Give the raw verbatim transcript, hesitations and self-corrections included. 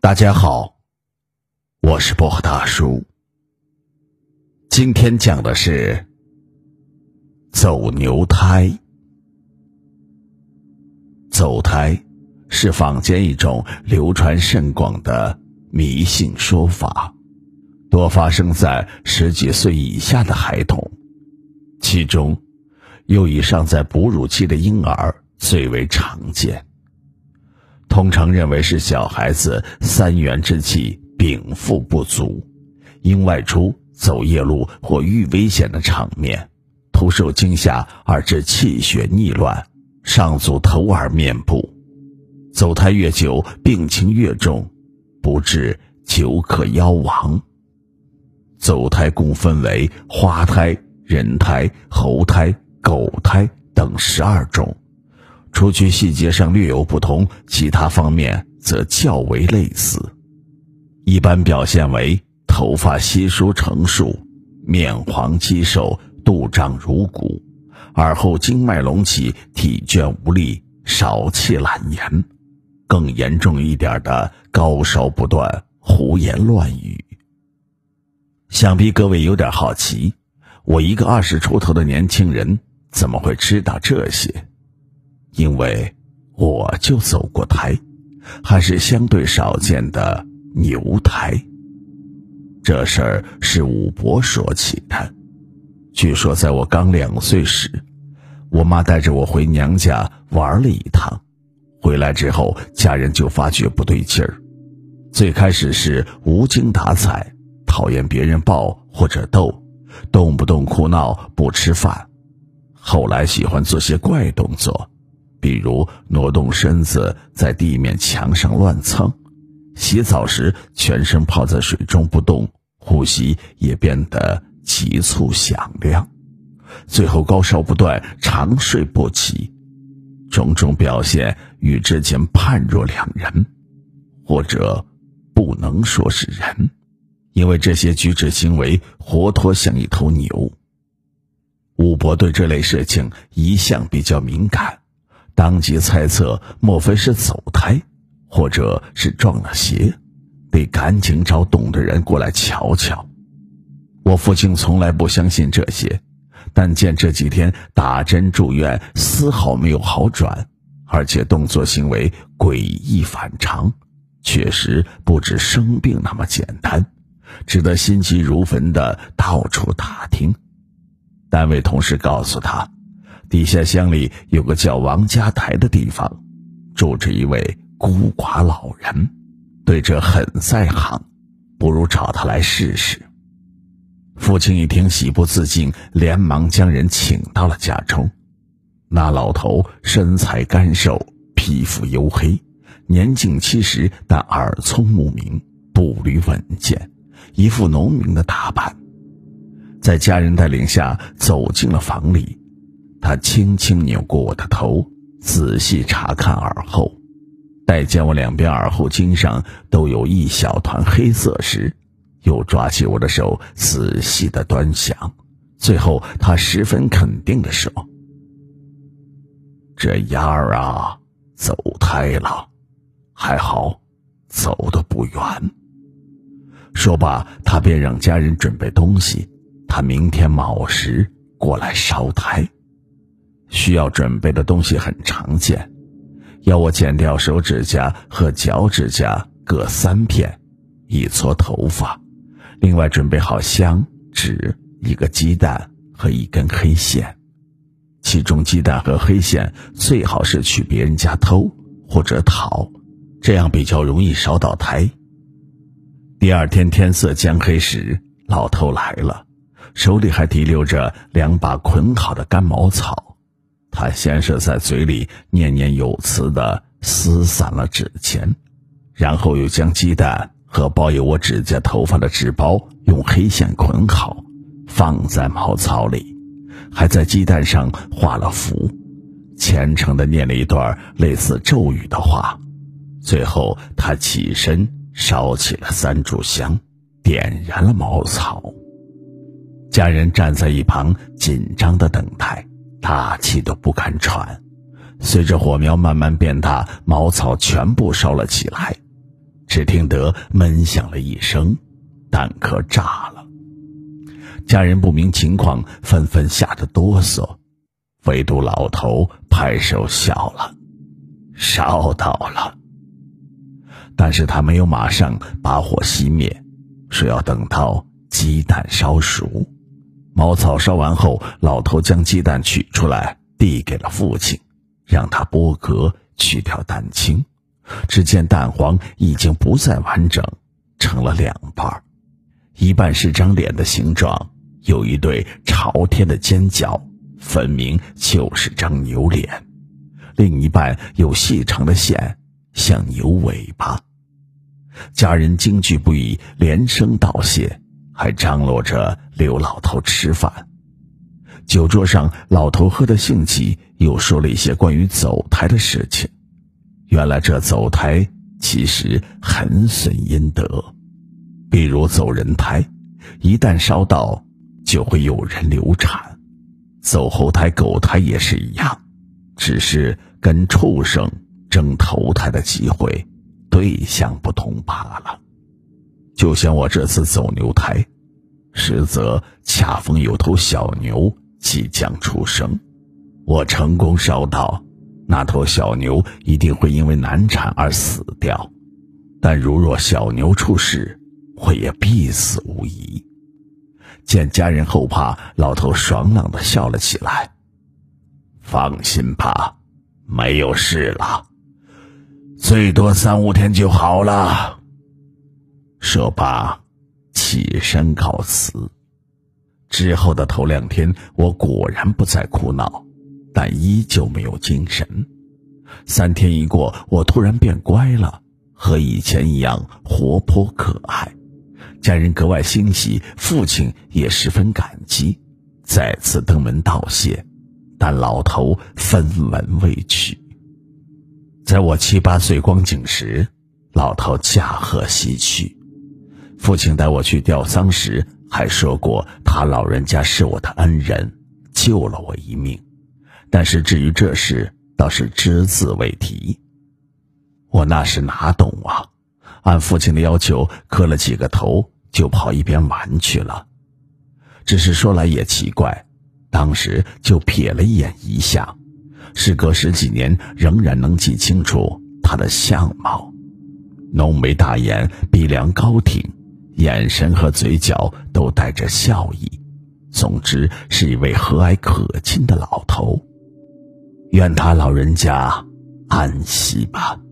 大家好，我是薄荷大叔。今天讲的是走牛胎。走胎是坊间一种流传甚广的迷信说法，多发生在十几岁以下的孩童，其中又以尚在哺乳期的婴儿最为常见。通常认为是小孩子三元之气禀赋不足，因外出走夜路或遇危险的场面，突受惊吓而致气血逆乱，上足头耳面部。走胎越久，病情越重，不治久可夭亡。走胎共分为花胎、人胎、猴胎、狗胎等十二种，除去细节上略有不同，其他方面则较为类似。一般表现为头发稀疏成束，面黄肌瘦，肚胀如鼓，耳后经脉隆起，体倦无力，少气懒言。更严重一点的，高烧不断，胡言乱语。想必各位有点好奇，我一个二十出头的年轻人怎么会知道这些？因为我就走过胎，还是相对少见的牛胎。这事儿是武伯说起的。据说在我刚两岁时，我妈带着我回娘家玩了一趟，回来之后家人就发觉不对劲儿。最开始是无精打采，讨厌别人抱或者逗，动不动哭闹不吃饭。后来喜欢做些怪动作，比如挪动身子在地面墙上乱蹭，洗澡时全身泡在水中不动，呼吸也变得急促响亮，最后高烧不断，长睡不起。种种表现与之前判若两人，或者不能说是人，因为这些举止行为活脱像一头牛。武伯对这类事情一向比较敏感，当即猜测莫非是走胎，或者是撞了邪，得赶紧找懂的人过来瞧瞧。我父亲从来不相信这些，但见这几天打针住院丝毫没有好转，而且动作行为诡异反常，确实不止生病那么简单，只得心急如焚地到处打听。单位同事告诉他，底下乡里有个叫王家台的地方，住着一位孤寡老人，对这很在行，不如找他来试试。父亲一听喜不自禁，连忙将人请到了家中。那老头身材干瘦，皮肤黝黑，年近七十，但耳聪目明，步履稳健，一副农民的打扮。在家人带领下走进了房里，他轻轻扭过我的头，仔细查看耳后，待见我两边耳后筋上都有一小团黑色时，又抓起我的手仔细地端详，最后他十分肯定地说：“这丫儿啊，走胎了，还好走得不远。”说罢，他便让家人准备东西，他明天卯时过来烧胎。需要准备的东西很常见，要我剪掉手指甲和脚指甲各三片，一撮头发，另外准备好香、纸、一个鸡蛋和一根黑线。其中鸡蛋和黑线最好是去别人家偷或者讨，这样比较容易烧到胎。第二天天色将黑时，老头来了，手里还提溜着两把捆好的干茅草。他先是在嘴里念念有词地撕散了纸钱，然后又将鸡蛋和包有我指甲头发的纸包用黑线捆好，放在茅草里，还在鸡蛋上画了符，虔诚地念了一段类似咒语的话。最后他起身烧起了三炷香，点燃了茅草。家人站在一旁紧张地等待，大气都不敢喘。随着火苗慢慢变大，茅草全部烧了起来， 只听得闷响了一声，弹壳炸了。家人不明情况，纷纷吓得哆嗦，唯独老头拍手笑了，烧到了。但是他没有马上把火熄灭，说要等到鸡蛋烧熟。茅草烧完后，老头将鸡蛋取出来递给了父亲，让他剥壳去掉蛋清。只见蛋黄已经不再完整，成了两半，一半是张脸的形状，有一对朝天的尖角，分明就是张牛脸；另一半有细长的线，像牛尾巴。家人惊惧不已，连声道谢，还张罗着留老头吃饭。酒桌上，老头喝得兴起，又说了一些关于走胎的事情。原来这走胎其实很损阴德，比如走人胎，一旦烧到就会有人流产；走猴胎、狗胎也是一样，只是跟畜生争投胎的机会，对象不同罢了。就像我这次走牛胎，实则恰逢有头小牛即将出生，我成功烧到，那头小牛一定会因为难产而死掉，但如若小牛出事，我也必死无疑。见家人后怕，老头爽朗地笑了起来：放心吧，没有事了，最多三五天就好了。说罢起身告辞。之后的头两天，我果然不再哭闹，但依旧没有精神。三天一过，我突然变乖了，和以前一样活泼可爱。家人格外欣喜，父亲也十分感激，再次登门道谢，但老头分文未取。在我七八岁光景时，老头驾鹤西去。父亲带我去吊丧时还说过，他老人家是我的恩人，救了我一命，但是至于这事倒是只字未提。我那时哪懂啊，按父亲的要求磕了几个头，就跑一边玩去了。只是说来也奇怪，当时就瞥了一眼遗像，时隔十几年仍然能记清楚他的相貌，浓眉大眼，鼻梁高挺，眼神和嘴角都带着笑意，总之是一位和蔼可亲的老头。愿他老人家安息吧。